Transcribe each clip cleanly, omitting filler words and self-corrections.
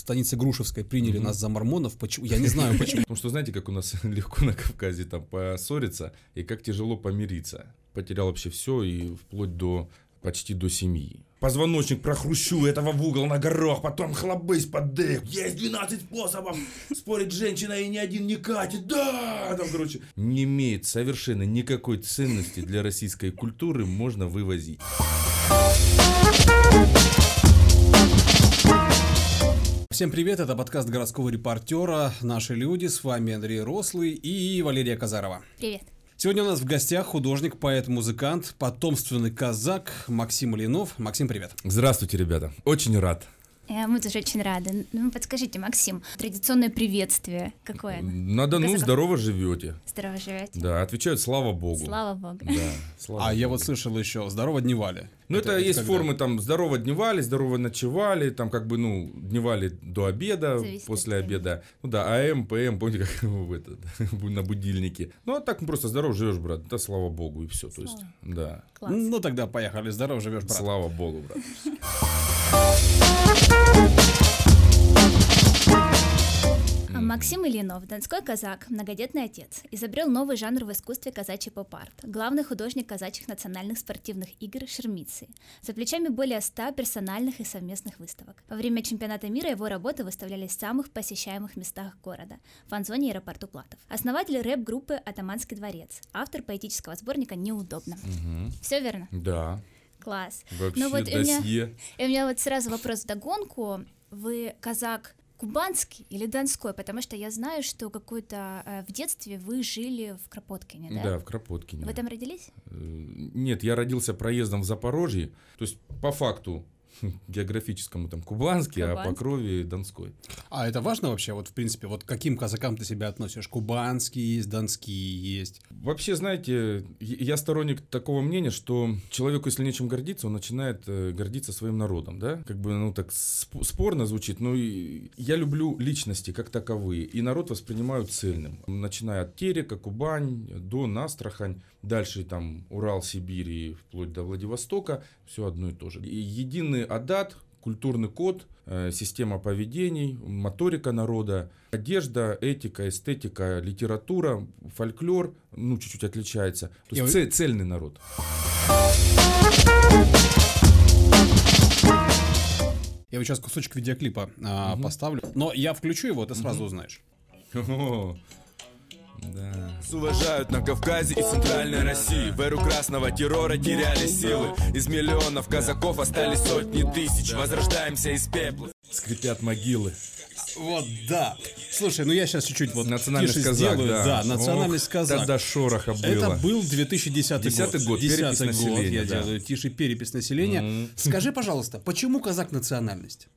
станице Грушевской приняли нас за мормонов. Почему? Я не знаю почему. Потому что знаете, как у нас легко на Кавказе там поссориться и как тяжело помириться. Потерял вообще все и вплоть до почти до семьи. Позвоночник прохрущу, этого в угол на горох, потом хлобысь под дых. Есть 12 способов спорить с женщиной, и ни один не катит. Да! Там, короче, не имеет совершенно никакой ценности для российской культуры, можно вывозить. Всем привет, это подкаст городского репортера «Наши люди». С вами Андрей Рослый и Валерия Казарова. Привет. Сегодня у нас в гостях художник, поэт, музыкант, потомственный казак Максим Ильинов. Максим, привет. Здравствуйте, ребята. Очень рад. Мы тоже очень рады. Ну, подскажите, Максим, традиционное приветствие какое? На Дону здорово живете. Здорово живете. Да, отвечают слава богу. Слава богу. Да, слава А богу. я вот слышал еще «Здорово дневали». Ну, это есть когда? формы, там, здорово дневали, здорово ночевали, там, как бы, ну, дневали до обеда, Зависит после от обеда. Ну, да, АМ, ПМ, помните, как на будильнике. Ну, а так просто здорово живешь, брат, да, слава богу, и все, то есть, да. Класс. Ну, тогда поехали. Здорово живешь, брат. Слава богу, брат. Максим Ильинов, донской казак, многодетный отец, изобрел новый жанр в искусстве казачий поп-арт, главный художник казачьих национальных спортивных игр «Шермицы». За плечами более 100 персональных и совместных выставок. Во время чемпионата мира его работы выставлялись в самых посещаемых местах города – фан-зоне и аэропорту Платов. Основатель рэп-группы «Атаманский дворец», автор поэтического сборника «Неудобно». Все верно? Да. Класс. Вообще, Ну вот досье. у меня вот сразу вопрос вдогонку. Вы казак кубанский или донской? Потому что я знаю, что какое-то в детстве вы жили в Кропоткине, да? Да, в Кропоткине. Вы там родились? Нет, я родился проездом в Запорожье, то есть, по факту, географическому там кубанский, а по крови донской. А это важно вообще, вот в принципе, вот к каким казакам ты себя относишь? Кубанские есть, донские есть. Вообще, знаете, я сторонник такого мнения, что человеку, если нечем гордиться, он начинает гордиться своим народом, да? Как бы, ну, так спорно звучит, но я люблю личности как таковые, и народ воспринимаю цельным. Начиная от Терека, Кубань, Дон, Астрахань, дальше там Урал, Сибирь и вплоть до Владивостока, все одно и то же. И единый адат, культурный код, система поведений, моторика народа, одежда, этика, эстетика, литература, фольклор, ну, чуть-чуть отличается. То есть цельный народ. Я вот сейчас кусочек видеоклипа поставлю, но я включу его, ты сразу узнаешь. Да. Уважают на Кавказе и Центральной России. В эру красного террора теряли силы. Из миллионов казаков остались сотни тысяч. Возрождаемся из пепла. Скрипят могилы. Вот, да. Слушай, ну я сейчас чуть-чуть вот национальность тише казак, сделаю. Да, национальность казак. Тогда шороха было. Это был 2010 год. Перепись населения, Я делаю тише перепись населения. Скажи, пожалуйста, почему казак национальность?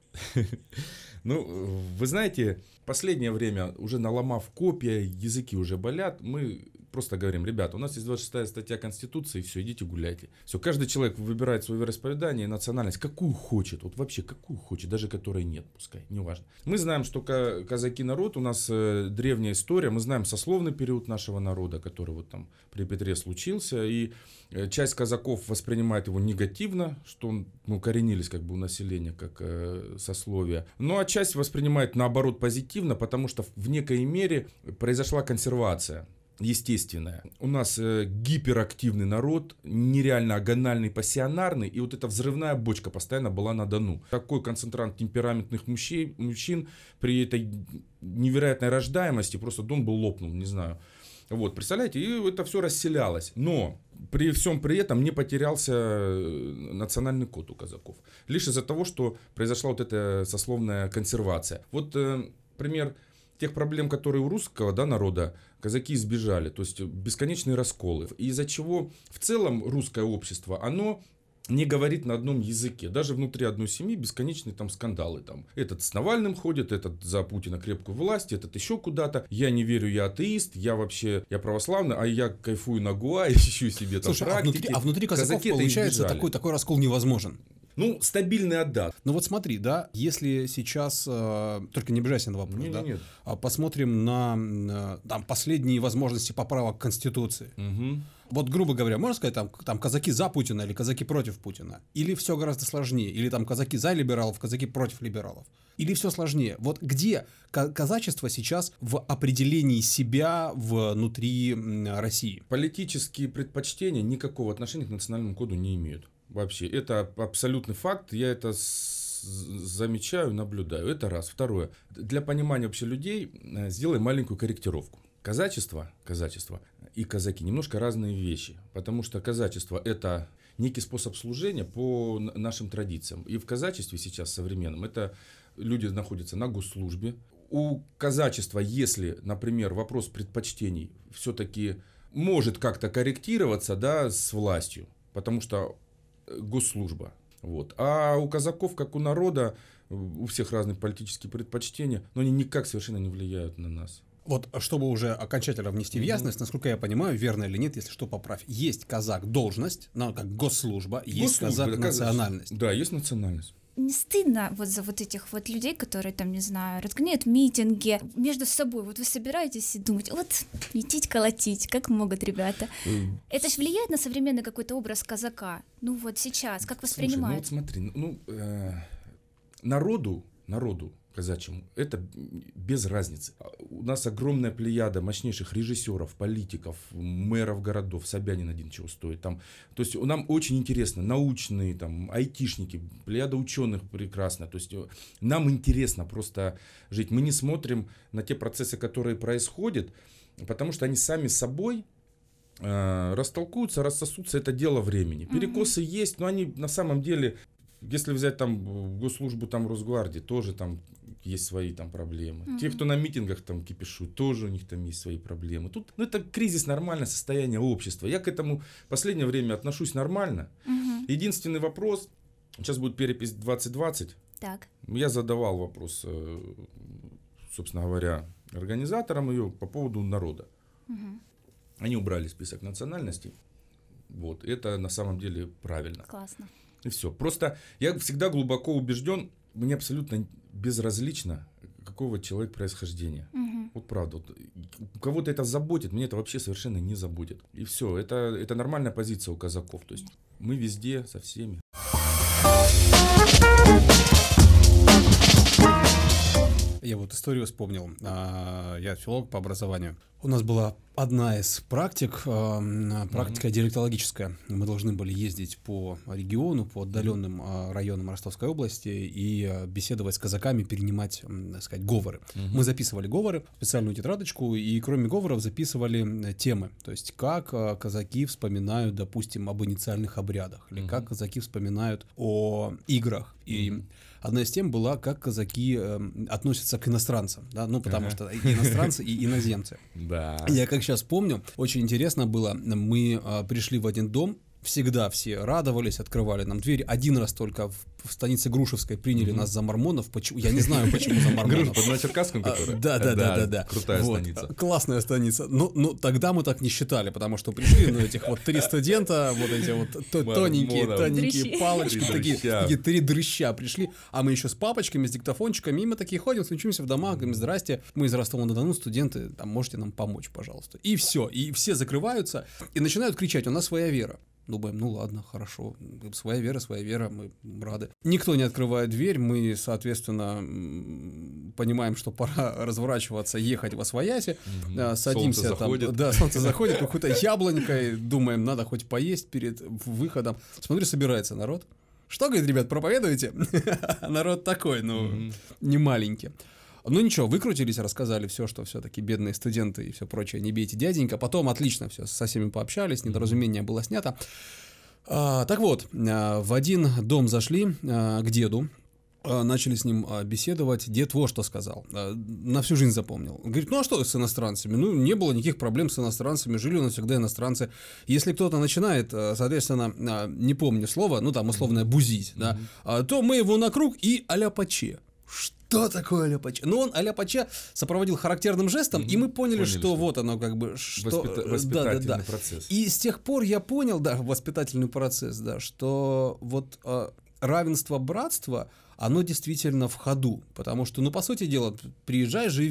Ну, вы знаете, последнее время, уже наломав копья, языки уже болят, мы просто говорим: ребята, у нас есть 26-я статья Конституции, все, идите гуляйте. Все, каждый человек выбирает свое вероисповедание и национальность, какую хочет, вот вообще какую хочет, даже которой нет, пускай, неважно. Мы знаем, что казаки народ, у нас древняя история, мы знаем сословный период нашего народа, который вот там при Петре случился, и часть казаков воспринимает его негативно, что коренились как бы у населения как сословие. Ну а часть воспринимает наоборот позитивно, потому что в некой мере произошла консервация. Естественная. У нас гиперактивный народ, нереально агональный, пассионарный, и вот эта взрывная бочка постоянно была на Дону. Такой концентрант темпераментных мужчин при этой невероятной рождаемости, просто Дон был лопнул, не знаю. Вот, представляете, и это все расселялось. Но при всем при этом не потерялся национальный код у казаков. Лишь из-за того, что произошла вот эта сословная консервация. Вот пример тех проблем, которые у русского народа, казаки избежали. То есть бесконечные расколы. Из-за чего в целом русское общество, оно не говорит на одном языке. Даже внутри одной семьи бесконечные там скандалы. Там. Этот с Навальным ходит, этот за Путина крепкую власть, этот еще куда-то. Я не верю, я атеист, я православный, а я кайфую на Гуа, ищу себе там практики. А внутри казаков получается такой раскол невозможен. Ну, стабильный отдат. Ну вот смотри, да, если сейчас, только не обижайся на вопрос, нет. Посмотрим на там, последние возможности поправок к Конституции. Вот, грубо говоря, можно сказать, там казаки за Путина или казаки против Путина? Или все гораздо сложнее? Или там казаки за либералов, казаки против либералов? Или все сложнее? Вот где казачество сейчас в определении себя внутри России? Политические предпочтения никакого отношения к национальному коду не имеют. Вообще, это абсолютный факт. Я это замечаю, наблюдаю. Это раз. Второе. Для понимания вообще людей сделай маленькую корректировку. Казачество и казаки немножко разные вещи. Потому что казачество – это некий способ служения по нашим традициям. И в казачестве сейчас современном это люди находятся на госслужбе. У казачества, если, например, вопрос предпочтений все-таки может как-то корректироваться, да, с властью, потому что госслужба. Вот. А у казаков, как у народа, у всех разные политические предпочтения, но они никак совершенно не влияют на нас. Вот, чтобы уже окончательно внести в ясность, насколько я понимаю, верно или нет, если что, поправь. Есть казак должность, как госслужба, есть казак национальность. Да, есть национальность. Не стыдно вот за вот этих вот людей, которые там, не знаю, разгоняют митинги между собой. Вот вы собираетесь и думаете, вот идти колотить, как могут ребята. Это же влияет на современный какой-то образ казака. Ну вот сейчас, как воспринимают? Слушай, ну вот смотри, народу казачьему это без разницы. У нас огромная плеяда мощнейших режиссеров, политиков, мэров городов. Собянин один чего стоит. Там, то есть нам очень интересно, научные, там, айтишники, плеяда ученых прекрасно. То есть нам интересно просто жить. Мы не смотрим на те процессы, которые происходят, потому что они сами собой растолкуются, рассосутся. Это дело времени. Перекосы есть, но они на самом деле, если взять там госслужбу, там Росгвардии, тоже там есть свои там проблемы. Те, кто на митингах там кипишуют, тоже у них там есть свои проблемы. Тут, это кризис, нормальное состояние общества. Я к этому в последнее время отношусь нормально. Единственный вопрос, сейчас будет перепись 2020. Так. Я задавал вопрос, собственно говоря, организаторам ее по поводу народа. Они убрали список национальностей. Вот, это на самом деле правильно. Классно. И все. Просто я всегда глубоко убежден, мне абсолютно безразлично, какого человека происхождения. Вот правда. Вот, у кого-то это заботит, меня это вообще совершенно не заботит. И все. Это нормальная позиция у казаков. То есть мы везде со всеми. Я вот историю вспомнил. Я филолог по образованию. У нас была одна из практик, практика диалектологическая. Мы должны были ездить по региону, по отдаленным районам Ростовской области и беседовать с казаками, перенимать, так сказать, говоры. Мы записывали говоры в специальную тетрадочку, и кроме говоров записывали темы. То есть, как казаки вспоминают, допустим, об инициальных обрядах, или как казаки вспоминают о играх. И одна из тем была, как казаки относятся к иностранцам, да, ну, потому что и иностранцы, и иноземцы. Да. Я как сейчас помню, очень интересно было, мы пришли в один дом, всегда все радовались, открывали нам дверь. Один раз только в станице Грушевской приняли нас за мормонов. Почему? Я не знаю, почему за мормонов. Грушев, под Черкасском, которая? Да. Крутая станица. Классная станица. Но тогда мы так не считали, потому что пришли, этих вот 3 студента, вот эти вот тоненькие палочки, такие 3 дрыща пришли, а мы еще с папочками, с диктофончиками, и мы такие ходим, учимся в домах, говорим, здрасте, мы из Ростова-на-Дону, студенты, там, можете нам помочь, пожалуйста. И все, и все закрываются и начинают кричать, у нас своя вера. Думаем, ну ладно, хорошо, своя вера, мы рады. Никто не открывает дверь, мы, соответственно, понимаем, что пора разворачиваться, ехать восвояси, садимся солнце там, заходит. Солнце заходит, какой-то яблонькой, думаем, надо хоть поесть перед выходом. Смотрю, собирается народ. Что, говорит, ребят, проповедуете? Народ такой, не маленький. Ну ничего, выкрутились, рассказали все, что все-таки бедные студенты и все прочее, не бейте дяденька. Потом отлично все, со всеми пообщались, недоразумение было снято. Так вот, в один дом зашли к деду, начали с ним беседовать. Дед вот что сказал, на всю жизнь запомнил. Говорит, ну а что с иностранцами? Ну не было никаких проблем с иностранцами, жили у нас всегда иностранцы. Если кто-то начинает, соответственно, не помню слово, ну там условно бузить, да, то мы его на круг и а-ля паче. Что такое а-ля паче? Ну, он а-ля паче сопроводил характерным жестом, и мы поняли, что вот оно как бы... Воспитательный процесс. И с тех пор я понял, воспитательный процесс, что вот равенство, братство, оно действительно в ходу. Потому что, по сути дела, приезжай, живи.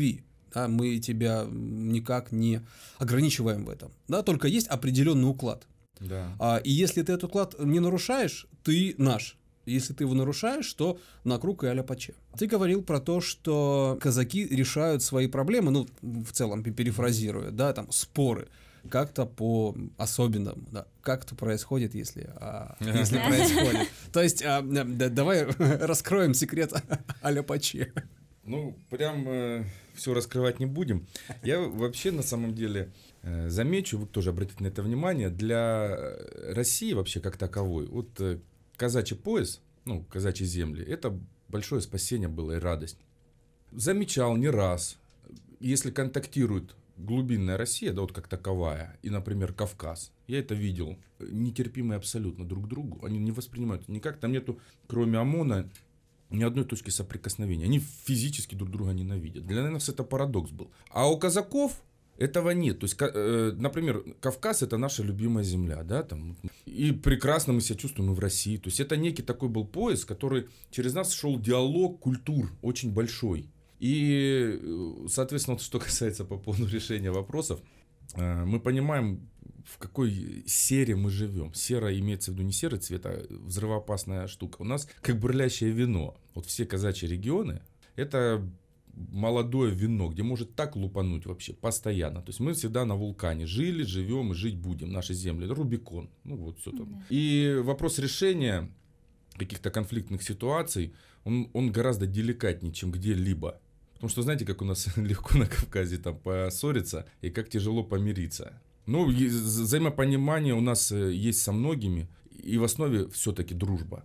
да, мы тебя никак не ограничиваем в этом, да, только есть определенный уклад. Да. И если ты этот уклад не нарушаешь, ты наш. Если ты его нарушаешь, то на круг и аля-паче. Ты говорил про то, что казаки решают свои проблемы, ну, в целом, перефразируя, да, там, споры, как-то по-особенному, да, как-то происходит, если происходит. То есть, давай раскроем секрет аля-паче. Ну, прям все раскрывать не будем. Я вообще, на самом деле, замечу, вы тоже обратите на это внимание, для России вообще как таковой, вот казачий пояс, ну, казачьи земли, это большое спасение было и радость. Замечал не раз, если контактирует глубинная Россия, да, вот как таковая, и, например, Кавказ, я это видел, нетерпимые абсолютно друг к другу, они не воспринимают никак, там нету, кроме ОМОНа, ни одной точки соприкосновения, они физически друг друга ненавидят. Для нас это парадокс был. А у казаков этого нет. То есть, например, Кавказ — это наша любимая земля, да, там, и прекрасно мы себя чувствуем и в России. То есть это некий такой был пояс, который через нас шел диалог культур очень большой. И, соответственно, что касается по поводу решения вопросов, мы понимаем, в какой сере мы живем. Сера имеется в виду не серый цвет, а взрывоопасная штука. У нас как бурлящее вино. Вот все казачьи регионы — это молодое вино, где может так лупануть вообще постоянно. То есть мы всегда на вулкане жили, живем и жить будем. Наши земли. Это Рубикон. Ну вот все там. И вопрос решения каких-то конфликтных ситуаций, он гораздо деликатнее, чем где-либо. Потому что знаете, как у нас легко на Кавказе там поссориться и как тяжело помириться. Ну, взаимопонимание у нас есть со многими, и в основе все-таки дружба.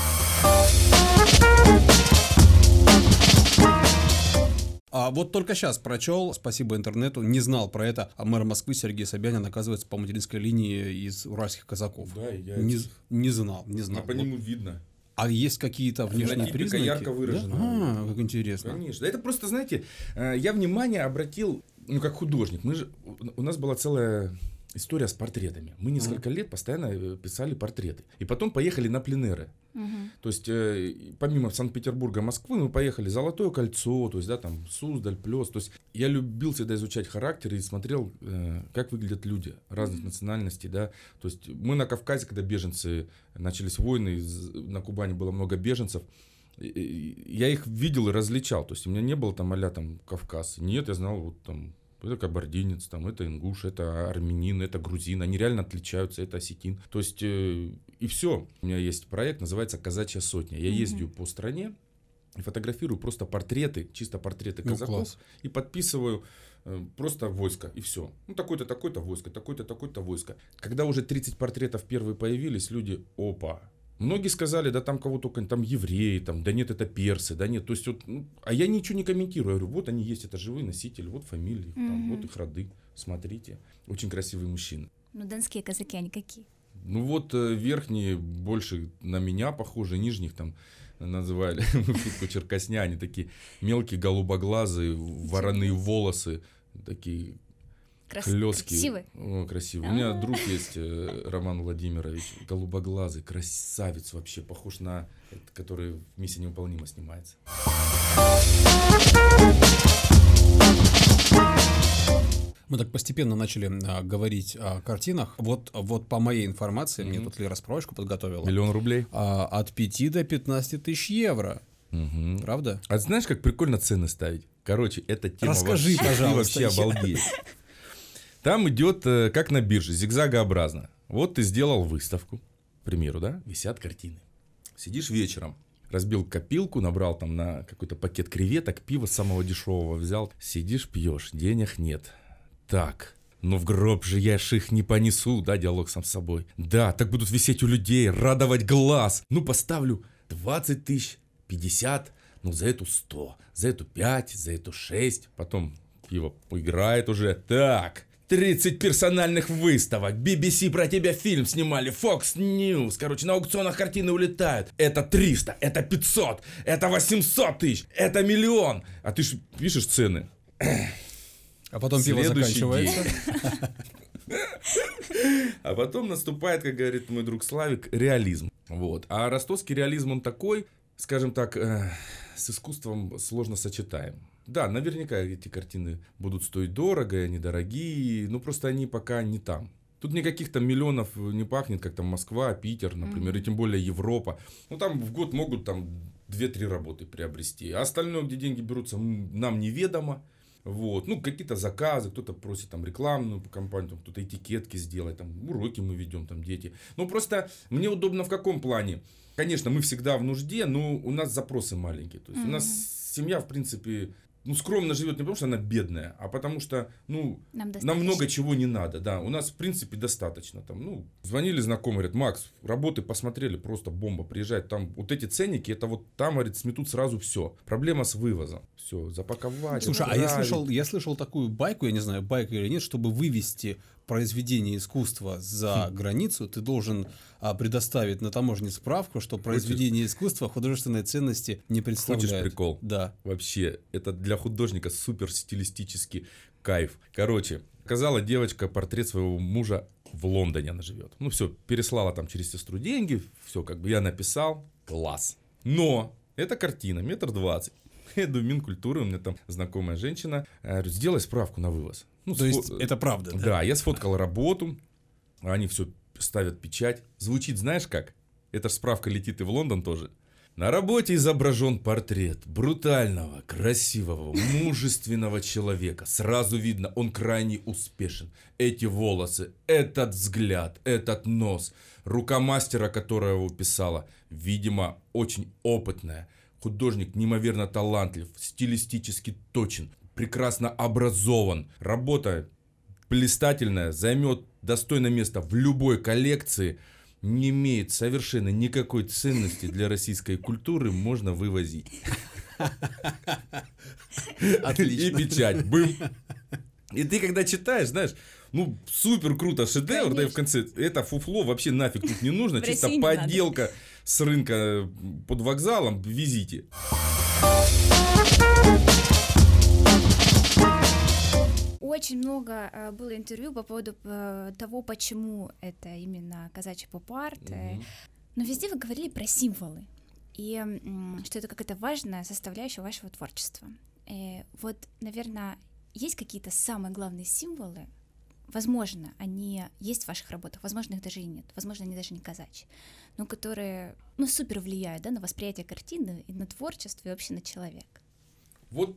А вот только сейчас прочел, спасибо интернету, не знал про это, а мэр Москвы Сергей Собянин оказывается по материнской линии из уральских казаков. Да, я не знал. А по нему видно. А есть какие-то внешние признаки? Ярко выраженные. Да? Как интересно. Конечно. Это просто, знаете, я внимание обратил, ну, как художник. У нас была целая история с портретами. Мы несколько лет постоянно писали портреты. И потом поехали на пленэры. То есть, помимо Санкт-Петербурга, Москвы, мы поехали Золотое кольцо, то есть, да, там, Суздаль, Плёс. То есть, я любил всегда изучать характер и смотрел, как выглядят люди разных национальностей, да. То есть, мы на Кавказе, когда беженцы, начались войны, на Кубани было много беженцев, я их видел и различал. То есть, у меня не было там а-ля там Кавказ. Нет, я знал, вот там, это кабардинец, там, это ингуш, это армянин, это грузин. Они реально отличаются, это осетин. То есть, и все. У меня есть проект, называется «Казачья сотня». Я ездю по стране и фотографирую просто портреты, чисто портреты казаков. И подписываю просто войско, и все. Ну, такое-то, такое-то войско, такое-то, такое-то войско. Когда уже 30 портретов первые появились, люди, опа. Многие сказали, да там кого только, там евреи, там, да нет, это персы, да нет. То есть, вот, ну, а я ничего не комментирую. Я говорю, вот они есть, это живые носители, вот фамилии, там, вот их роды, смотрите. Очень красивые мужчины. Ну, донские казаки, они какие? Ну, вот верхние больше на меня похожи, нижних там называли, шутку черкосня, они такие мелкие, голубоглазые, вороные волосы, такие... Хлёсткий. Красивый? О, красивый. У меня друг есть, Роман Владимирович, голубоглазый, красавец вообще, похож на, который в «Миссия невыполнима» снимается. Мы так постепенно начали говорить о картинах. Вот по моей информации, мне тут Лера справочку подготовила. 1 000 000 рублей. От 5 до 15 тысяч евро. Правда? А знаешь, как прикольно цены ставить? Короче, эта тема Расскажи, пожалуйста. Вообще обалдеть. Там идет как на бирже, зигзагообразно. Вот ты сделал выставку, к примеру, да, висят картины. Сидишь вечером, разбил копилку, набрал там на какой-то пакет креветок, пива самого дешевого взял. Сидишь, пьешь, денег нет. Так, ну в гроб же я ж их не понесу, да, диалог сам с собой. Да, так будут висеть у людей, радовать глаз. Ну поставлю 20 тысяч, 50, ну за эту 100, за эту 5, за эту 6. Потом пиво играет уже. Так, 30 персональных выставок. BBC про тебя фильм снимали. Fox News. Короче, на аукционах картины улетают. Это 300, это 500, это 800 тысяч, это 1 000 000. А ты ж пишешь цены. А потом пиво заканчивается. А потом наступает, как говорит мой друг Славик, реализм. Вот. А ростовский реализм, он такой, скажем так, с искусством сложно сочетаем. Да, наверняка эти картины будут стоить дорого, они дорогие, но просто они пока не там. Тут никаких там миллионов не пахнет, как там Москва, Питер, например, и тем более Европа. Ну, там в год могут там 2-3 работы приобрести. А остальное, где деньги берутся, нам неведомо. Вот. Ну, какие-то заказы, кто-то просит там рекламную кампанию, там, кто-то этикетки сделать, там, уроки мы ведем, там, дети. Ну, просто мне удобно в каком плане? Конечно, мы всегда в нужде, но у нас запросы маленькие. То есть у нас семья, в принципе, ну, скромно живет не потому, что она бедная, а потому что, ну, нам много чего не надо, да, у нас, в принципе, достаточно, там, ну, звонили знакомые, говорят, Макс, работы посмотрели, просто бомба, приезжает, там, вот эти ценники, это вот там, говорит, сметут сразу все, проблема с вывозом, все, запаковать. Слушай, а я слышал такую байку, я не знаю, байка или нет, чтобы вывести произведение искусства за границу, ты должен предоставить на таможне справку, что произведение искусства художественной ценности не представляет. Хочешь прикол? Да. Вообще, это для художника супер стилистический кайф. Короче, показала девочка портрет своего мужа в Лондоне, она живет. Ну все, переслала там через сестру деньги, все, как бы я написал, класс. Но эта картина 1,20 м. Я иду в Минкультуры, у меня там знакомая женщина, я говорю, сделай справку на вывоз. Ну, то есть это правда, да? Да, я сфоткал работу, они все ставят печать. Звучит, знаешь как? Эта справка летит и в Лондон тоже. На работе изображен портрет брутального, красивого, мужественного человека. Сразу видно, он крайне успешен. Эти волосы, этот взгляд, этот нос. Рука мастера, которая его писала, видимо, очень опытная. Художник неимоверно талантлив, стилистически точен, прекрасно образован. Работа блистательная, займет достойное место в любой коллекции, не имеет совершенно никакой ценности для российской культуры, можно вывозить. Отлично. И печать. Бым. И ты когда читаешь, знаешь, ну, супер круто, шедевр, конечно. Да и в конце, это фуфло вообще нафиг тут не нужно, чисто подделка с рынка под вокзалом, везите. Очень много было интервью по поводу того, почему это именно казачий поп-арт. Но везде вы говорили про символы. И что это какая-то важная составляющая вашего творчества. И вот, наверное, есть какие-то самые главные символы. Возможно, они есть в ваших работах, возможно, их даже и нет, возможно, они даже не казачьи, но которые, ну, супер влияют, да, на восприятие картины и на творчество, и вообще на человека. Вот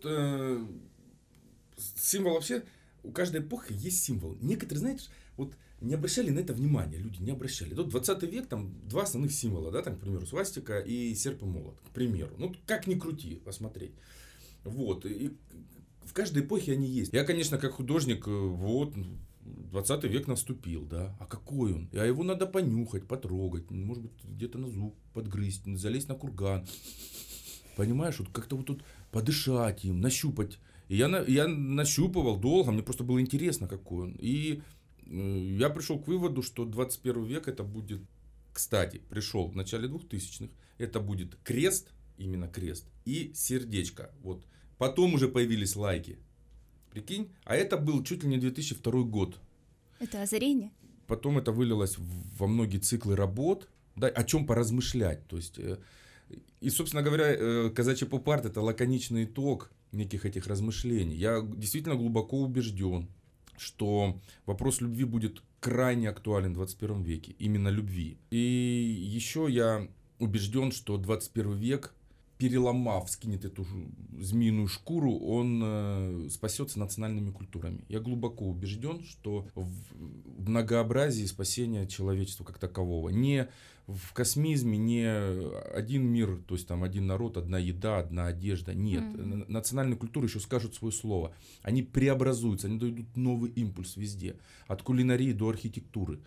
символ вообще, у каждой эпохи есть символ. Некоторые, знаешь, вот не обращали на это внимания, люди не обращали. Тут 20 век, там два основных символа, да, там, к примеру, свастика и серп и молот, к примеру. Ну, как ни крути, посмотреть. Вот, и в каждой эпохе они есть. Я, конечно, как художник, вот, 20 век наступил, да, а какой он? А его надо понюхать, потрогать, может быть, где-то на зуб подгрызть, залезть на курган. Понимаешь, вот как-то вот тут подышать им, нащупать. И я нащупывал долго, мне просто было интересно, какой он. И я пришел к выводу, что 21 век это будет, кстати, пришел в начале 2000-х, это будет крест, именно крест, и сердечко. Вот. Потом уже появились лайки. Прикинь? А это был чуть ли не 2002 год. Это озарение? Потом это вылилось во многие циклы работ, да, о чем поразмышлять. То есть, и, собственно говоря, казачий поп-арт это лаконичный итог неких этих размышлений. Я действительно глубоко убежден, что вопрос любви будет крайне актуален в 21 веке. Именно любви. И еще я убежден, что 21 век, переломав, скинет эту змеиную шкуру, он спасется национальными культурами. Я глубоко убежден, что в многообразии спасения человечества как такового. Не в космизме, не один мир, то есть там один народ, одна еда, одна одежда. Нет. Национальные культуры еще скажут свое слово. Они преобразуются, они дают новый импульс везде. От кулинарии до архитектуры.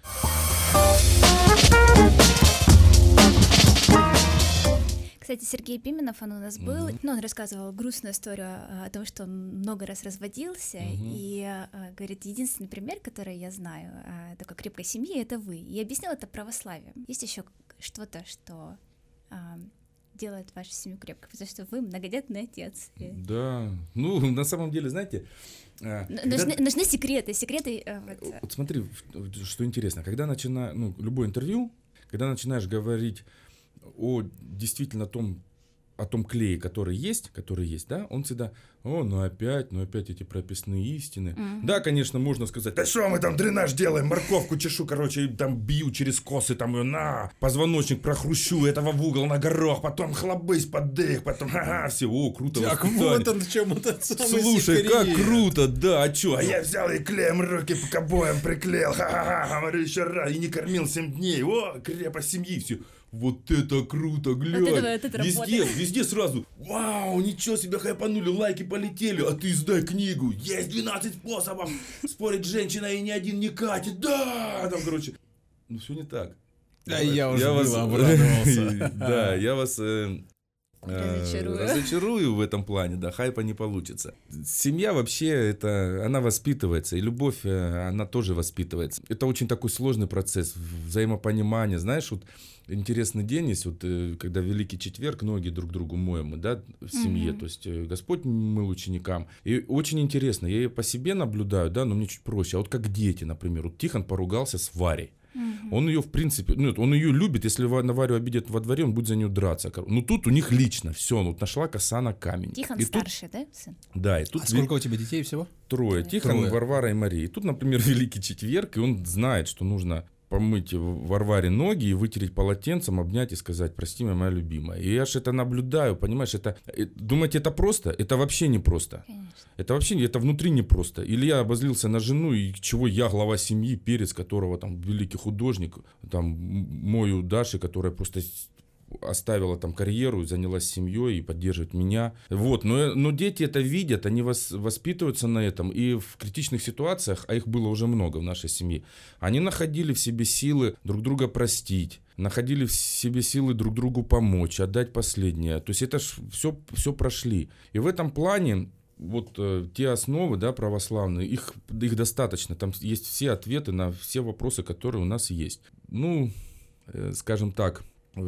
Кстати, Сергей Пименов, он у нас был, но он рассказывал грустную историю о том, что он много раз разводился, и говорит, единственный пример, который я знаю такой крепкой семьи, это вы. И объяснил это православием. Есть еще что-то, что делает вашу семью крепкой, потому что вы многодетный отец. Да, ну, на самом деле, знаете... Нужны секреты. Вот смотри, что интересно, когда любое интервью, когда начинаешь говорить о действительно том, о том клее, который есть, да, он всегда, ну опять эти прописные истины. Да, конечно, можно сказать, да что мы там дренаж делаем, морковку чешу, короче, там бью через косы, там ее позвоночник прохрущу, этого в угол на горох, потом хлобысь под дых, потом все, круто. Так вот он в чем этот самый Слушай, секрет. как круто, да, а чё? А я взял и клеем руки к обоям приклеил, говорю, еще раз, и не кормил 7 дней, крепость семьи, все. Вот это круто, глянь. Вот это Везде сразу. Вау, ничего себе, хайпанули, лайки полетели. А ты издай книгу. Есть 12 способов спорить с женщиной, и ни один не катит. Да, там, короче. Ну, все не так. Я уже обрадовался. Да, я вас... Разочарую. Разочарую в этом плане, да, хайпа не получится. Семья вообще, она воспитывается, и любовь, она тоже воспитывается. Это очень такой сложный процесс взаимопонимания. Знаешь, вот интересный день есть, вот когда Великий Четверг, ноги друг другу моем мы, да, в семье, то есть Господь мыл ученикам. И очень интересно, я ее по себе наблюдаю, да, но мне чуть проще. А вот как дети, например, вот Тихон поругался с Варей. Он ее, в принципе, он ее любит, если на Варю обидят во дворе, он будет за нее драться. Ну, тут у них лично все, вот нашла коса на камень. Тихон и старший, да, сын? Да, и тут... А сколько у тебя детей всего? 3. Тихон, Варвара и Мария. И тут, например, Великий Четверг, и он знает, что нужно помыть Варваре ноги и вытереть полотенцем, обнять и сказать: прости меня, моя любимая. И я же это наблюдаю, понимаешь, думаете, это просто? Это вообще не просто. Конечно. Это внутри не просто. Или я обозлился на жену, и чего я, глава семьи, перец, которого там великий художник, там мою Даши, которая просто оставила там карьеру, занялась семьей и поддерживает меня. Вот, но дети это видят, они воспитываются на этом, и в критичных ситуациях, а их было уже много в нашей семье, они находили в себе силы друг друга простить, находили в себе силы друг другу помочь, отдать последнее. То есть это ж все прошли. И в этом плане вот те основы, да, православные, их достаточно. Там есть все ответы на все вопросы, которые у нас есть. Ну, скажем так,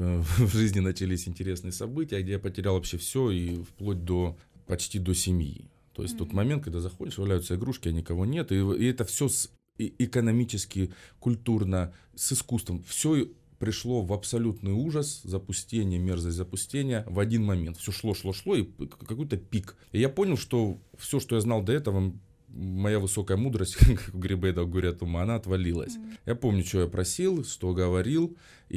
в жизни начались интересные события, где я потерял вообще все, и вплоть почти до семьи. То есть тот момент, когда заходишь, валяются игрушки, а никого нет. И это все экономически, культурно, с искусством. Все пришло в абсолютный ужас, запустение, мерзость запустения в один момент. Все шло, и какой-то пик. И я понял, что все, что я знал до этого, моя высокая мудрость, как у Грибейда говорят, ума, она отвалилась. Я помню, что я просил, что говорил,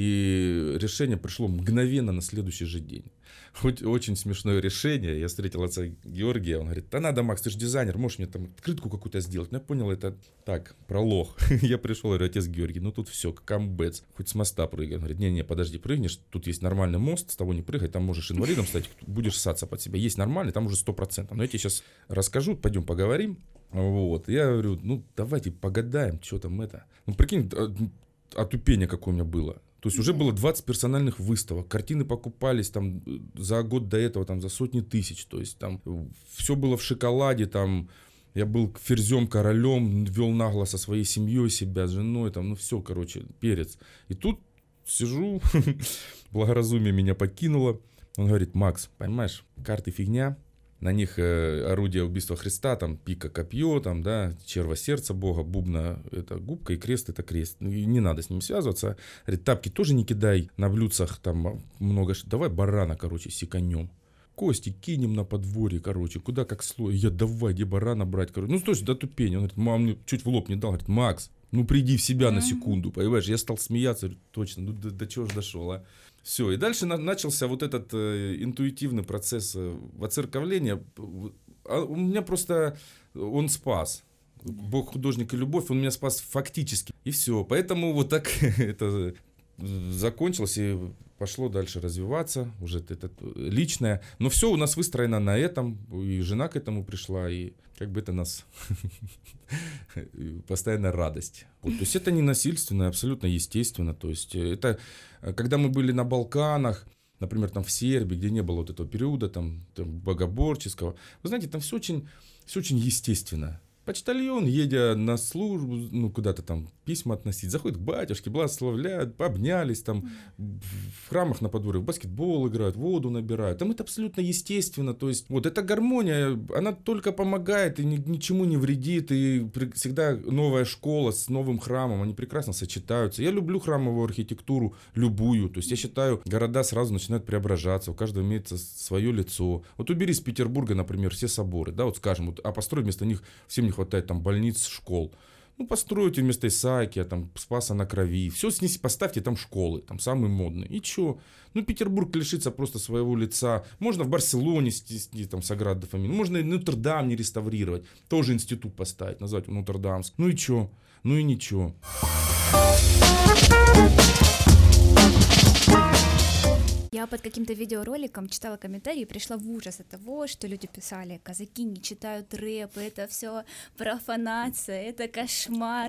и решение пришло мгновенно на следующий же день. Очень смешное решение. Я встретил отца Георгия, он говорит: да надо, Макс, ты же дизайнер, можешь мне там открытку какую-то сделать? Но я понял, это так, пролог. Я пришел, говорю: отец Георгий, ну тут все, камбэц, хоть с моста прыгай. Он говорит: не, подожди, прыгнешь, тут есть нормальный мост, с того не прыгай, там можешь инвалидом стать, будешь ссаться под себя. Есть нормальный, там уже 100%. Но я тебе сейчас расскажу, пойдем поговорим. Вот, я говорю: ну давайте погадаем, что там это. Ну прикинь, отупение какое у меня было. То есть уже было 20 персональных выставок, картины покупались там за год до этого там за сотни тысяч, то есть там все было в шоколаде, там я был ферзем, королем, вел нагло со своей семьей себя, с женой, там, ну все, короче, перец. И тут сижу, благоразумие меня покинуло, он говорит: Макс, понимаешь, карты фигня. На них орудие убийства Христа, там пика копье, там, да, черва сердца Бога, бубна это губка и крест это крест. И не надо с ним связываться. Говорит: тапки тоже не кидай на блюдцах, там много. Давай барана, короче, секанем. Кости кинем на подворье, короче, куда как слой. Я: давай, где барана брать, короче. Ну, точно, до тупения. Он говорит: мам, мне чуть в лоб не дал. Говорит: Макс, ну приди в себя на секунду, понимаешь? Я стал смеяться, говорю: точно, ну до чего же дошел, а? Все, и дальше начался вот этот интуитивный процесс воцерковления. У меня просто он спас. Бог, художник и любовь, он меня спас фактически. И все. Поэтому вот так это закончилось и пошло дальше развиваться, уже это личное. Но все у нас выстроено на этом, и жена к этому пришла, и как бы это нас постоянная радость. Вот, то есть это не насильственно, абсолютно естественно. То есть это, когда мы были на Балканах, например, там в Сербии, где не было вот этого периода там богоборческого, вы знаете, там все очень естественно. Почтальон, едя на службу, ну, куда-то там письма относить, заходит к батюшке, благословляют, обнялись там, в храмах на подворье в баскетбол играют, воду набирают. Там это абсолютно естественно, то есть вот эта гармония, она только помогает и ничему не вредит, и всегда новая школа с новым храмом, они прекрасно сочетаются. Я люблю храмовую архитектуру, любую, то есть я считаю, города сразу начинают преображаться, у каждого имеется свое лицо. Вот убери из Петербурга, например, все соборы, да, вот скажем, вот, а построй вместо них, всем не хватает там больниц, школ. Ну, постройте вместо Исаакия, там, Спаса на Крови. Все снеси, поставьте там школы, там, самые модные. И чё? Ну, Петербург лишится просто своего лица. Можно в Барселоне снести, там, Саграда Фамилия. Можно и Нотр-Дам не реставрировать. Тоже институт поставить, назвать его Нотр-Дамск. Ну и чё? Ну и ничего. Я под каким-то видеороликом читала комментарии и пришла в ужас от того, что люди писали: казаки не читают рэп, это все профанация, это кошмар.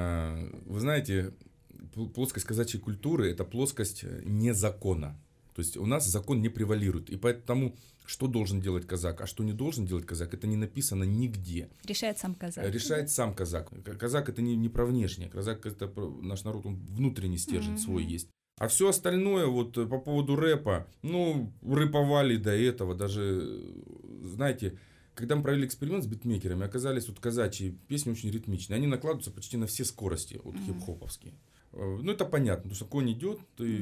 Вы знаете, плоскость казачьей культуры — это плоскость не закона. То есть у нас закон не превалирует. И поэтому, что должен делать казак, а что не должен делать казак, это не написано нигде. Решает сам казак. Решает сам казак. Казак — это не про внешнее. Казак — это наш народ, он внутренний стержень свой есть. А все остальное, вот по поводу рэпа, ну, рэповали до этого, даже, знаете, когда мы провели эксперимент с битмейкерами, оказались вот казачьи песни очень ритмичные, они накладываются почти на все скорости, вот хип-хоповские. Ну, это понятно, потому что конь идет,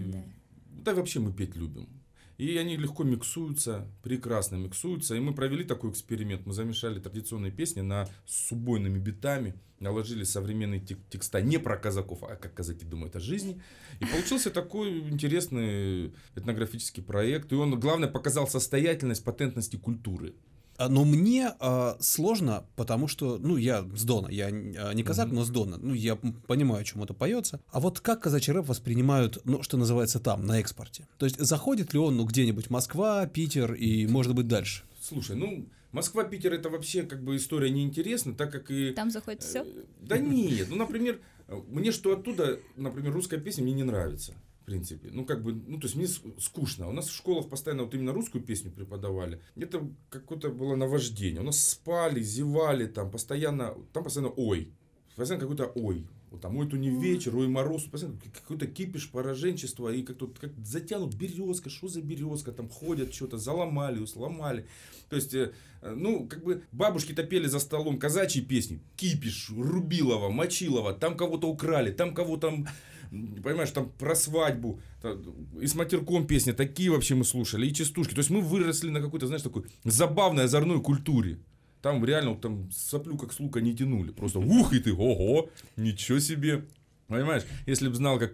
да вообще мы петь любим. И они легко миксуются, прекрасно миксуются. И мы провели такой эксперимент. Мы замешали традиционные песни с убойными битами, наложили современные текста не про казаков, а как казаки думают о жизни. И получился такой интересный этнографический проект. И он, главное, показал состоятельность, патентность культуры. Но мне сложно, потому что, ну, я с Дона, я не казак, но с Дона, ну, я понимаю, о чем это поется. А вот как казачий рэп воспринимают, ну, что называется там, на экспорте? То есть заходит ли он, ну, где-нибудь Москва, Питер и, может быть, дальше? Слушай, ну, Москва, Питер — это вообще как бы история неинтересна, так как и... Там заходит все? Да нет, ну, например, мне что оттуда, например, русская песня мне не нравится. В принципе, ну как бы, ну то есть мне скучно. У нас в школах постоянно вот именно русскую песню преподавали. Это какое-то было наваждение. У нас спали, зевали, там постоянно ой. Постоянно какой-то ой. Вот там ой, то не вечер, ой, мороз. Постоянно какой-то кипиш, пораженчество. И как затянут березка, что за березка, там ходят что-то, заломали, сломали. То есть, ну, как бы бабушки-то пели за столом казачьи песни. Кипиш, Рубилова, Мочилова, там кого-то украли, там кого-то... Понимаешь, там про свадьбу, и с матерком песни, такие вообще мы слушали, и частушки. То есть мы выросли на какой-то, знаешь, такой забавной, озорной культуре. Там реально вот, там соплю как с лука не тянули. Просто ух, и ты, ого, ничего себе. Понимаешь, если бы знал,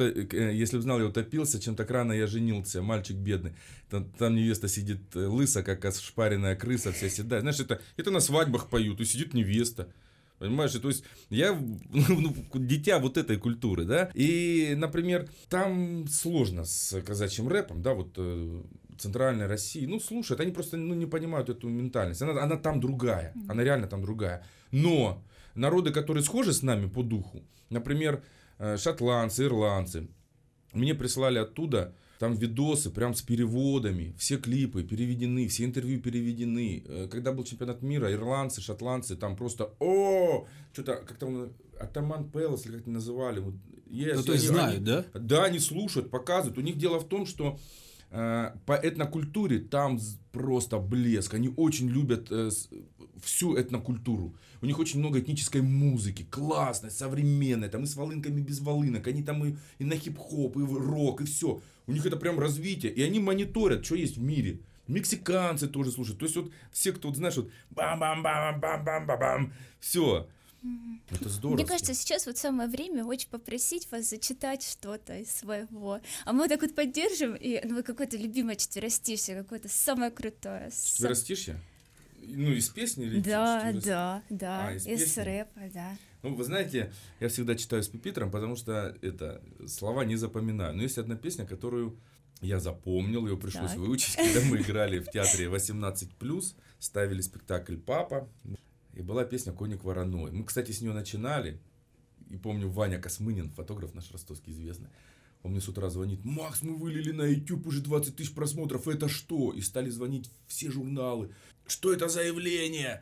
я утопился, чем так рано я женился, мальчик бедный. Там невеста сидит лыса, как ошпаренная крыса, вся седая. Знаешь, это на свадьбах поют, и сидит невеста. Понимаешь, то есть я дитя вот этой культуры, да, и, например, там сложно с казачьим рэпом, да, вот центральной России, ну, слушают, они просто не понимают эту ментальность, она там другая, она реально там другая, но народы, которые схожи с нами по духу, например, шотландцы, ирландцы, мне прислали оттуда... Там видосы прям с переводами, все клипы переведены, все интервью переведены. Когда был чемпионат мира, ирландцы, шотландцы, там просто что-то как-то Атаман Пэлас, или как это называли. Вот, ну, то есть знают, да? Да, они слушают, показывают. У них дело в том, что по этнокультуре там просто блеск. Они очень любят всю этнокультуру. У них очень много этнической музыки, классной, современной, там и с волынками, без волынок. Они там и на хип-хоп, и в рок, и все. У них это прям развитие. И они мониторят, что есть в мире. Мексиканцы тоже слушают. То есть вот все, кто, вот, знаешь, вот бам-бам-бам-бам-бам-бам-бам. Все. Это здорово. Мне кажется, сейчас вот самое время очень попросить вас зачитать что-то из своего. А мы вот так вот поддержим, и вы какое-то любимое четверостишье, какое-то самое крутое. Четверостишье? Ну, из песни или да, из рэпа, да. Ну, вы знаете, я всегда читаю с пюпитром, потому что слова не запоминаю. Но есть одна песня, которую я запомнил, ее пришлось выучить, когда мы играли в театре 18+, ставили спектакль «Папа». И была песня «Коник вороной». Мы, кстати, с нее начинали. И помню, Ваня Космынин, фотограф наш ростовский известный, он мне с утра звонит: «Макс, мы вылили на YouTube уже 20 тысяч просмотров, это что?» И стали звонить все журналы. «Что это за явление?»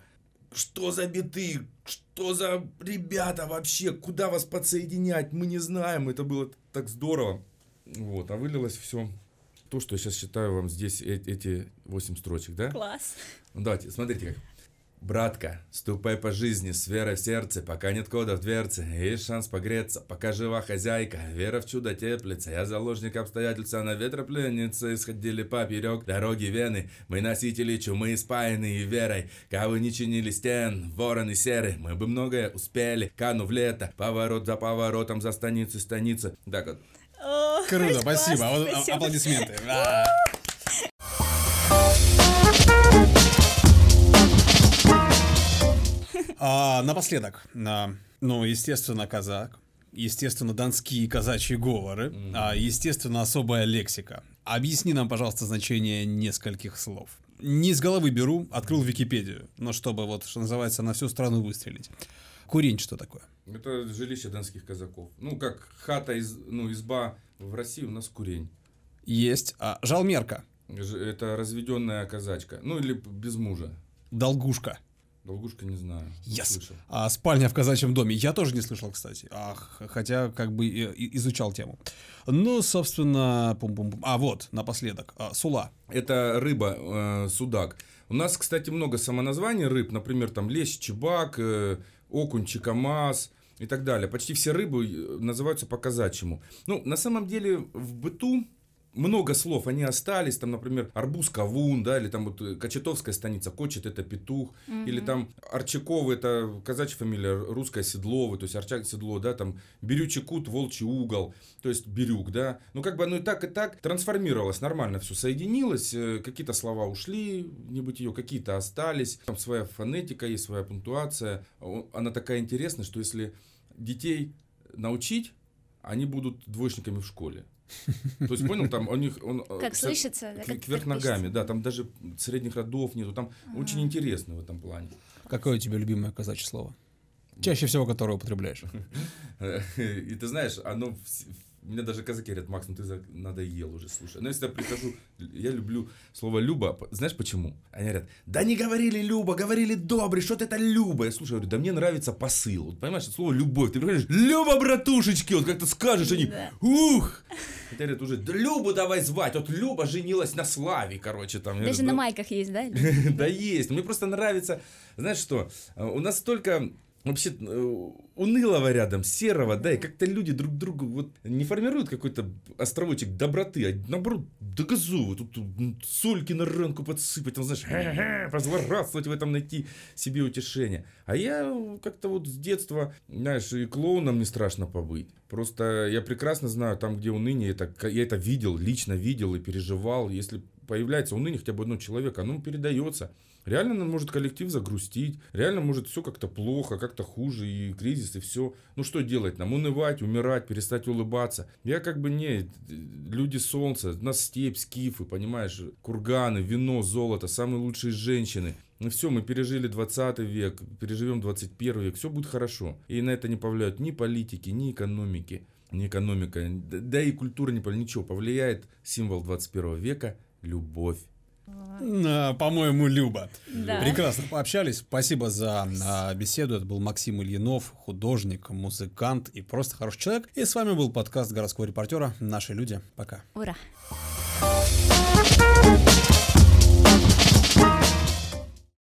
что за биты, что за ребята вообще, куда вас подсоединять, мы не знаем, это было так здорово. Вот, а вылилось все то, что я сейчас читаю вам здесь, эти 8 строчек, да? Класс. Ну, давайте, смотрите как. Братка, ступай по жизни с верой в сердце, пока нет кода в дверце, есть шанс погреться, пока жива хозяйка, вера в чудо теплится, я заложник обстоятельств, а на ветропленнице исходили поперек дороги Вены, мы носители чумы, спаянные верой, кого не чинили стен, вороны серы, мы бы многое успели, кану в лето, поворот за поворотом, за станица, так вот. Круто, спасибо. А вот аплодисменты. Напоследок, естественно, казак, естественно, донские казачьи говоры, естественно, особая лексика. Объясни нам, пожалуйста, значение нескольких слов. Не из головы беру, открыл Википедию, но чтобы, вот, что называется, на всю страну выстрелить. Курень что такое? Это жилище донских казаков. Ну, как хата, изба в России, у нас курень. Есть. Жалмерка. Это разведенная казачка. Ну, или без мужа. Долгушка. Долгушка не знаю. Не слышал. Спальня в казачьем доме. Я тоже не слышал, кстати. Хотя как бы изучал тему. Ну, собственно, вот, напоследок. Сула. Это рыба, судак. У нас, кстати, много самоназваний рыб. Например, там лещ, чебак, окунь, чикамаз и так далее. Почти все рыбы называются по-казачьему. Ну, на самом деле, в быту много слов, они остались, там, например, арбуз, кавун, да, или там вот Кочетовская станица, Кочет — это петух, или там Арчаковы — это казачья фамилия, русская Седловы, то есть Арчак, Седло, да, там Бирючий кут, Волчий угол, то есть Бирюк, да, ну как бы оно и так трансформировалось, нормально все соединилось, какие-то слова ушли в небытие, какие-то остались, там своя фонетика есть, своя пунктуация, она такая интересная, что если детей научить, они будут двоечниками в школе. То есть, понял, там у них... Как слышится, да? Кверх ногами, да, там даже средних родов нету, там очень интересно в этом плане. Какое у тебя любимое казачье слово? Чаще всего, которое употребляешь. И ты знаешь, оно... Меня даже казаки говорят: Макс, ну ты надоел уже, слушай. Но если я прихожу, я люблю слово «люба». Знаешь почему? Они говорят: да не говорили «люба», говорили «добрый», что-то это «люба». Я слушаю, говорю: да мне нравится посыл. Вот понимаешь, слово «любовь». Ты приходишь: «Люба, братушечки», вот как-то скажешь, они: ух! И ты говорят уже: да Любу давай звать. Вот Люба женилась на Славе, короче. Там. Даже на майках есть, да? Да есть. Мне просто нравится, знаешь что, у нас столько... Вообще унылого рядом, серого, да, и как-то люди друг другу вот не формируют какой-то островочек доброты, а наоборот догазовывают, тут сольки на ранку подсыпать, там, знаешь, позлорадствовать в этом, найти себе утешение. А я как-то вот с детства, знаешь, и клоуном не страшно побыть. Просто я прекрасно знаю, там, где уныние, я это видел, лично видел и переживал. Если появляется уныние хотя бы одного человека, оно передается. Реально может коллектив загрустить, реально может все как-то плохо, как-то хуже, и кризис, и все. Ну что делать нам? Унывать, умирать, перестать улыбаться. Я как бы не... Люди солнца, у нас степь, скифы, понимаешь, курганы, вино, золото, самые лучшие женщины. Ну все, мы пережили 20 век, переживем 21 век, все будет хорошо. И на это не повлияют ни политики, ни экономики, ни экономика, да и культура не повлияет, ничего. Повлияет символ 21 века – любовь. По-моему, Люба. Да. Прекрасно пообщались. Спасибо за беседу. Это был Максим Ильинов, художник, музыкант и просто хороший человек. И с вами был подкаст городского репортера «Наши люди». Пока. Ура!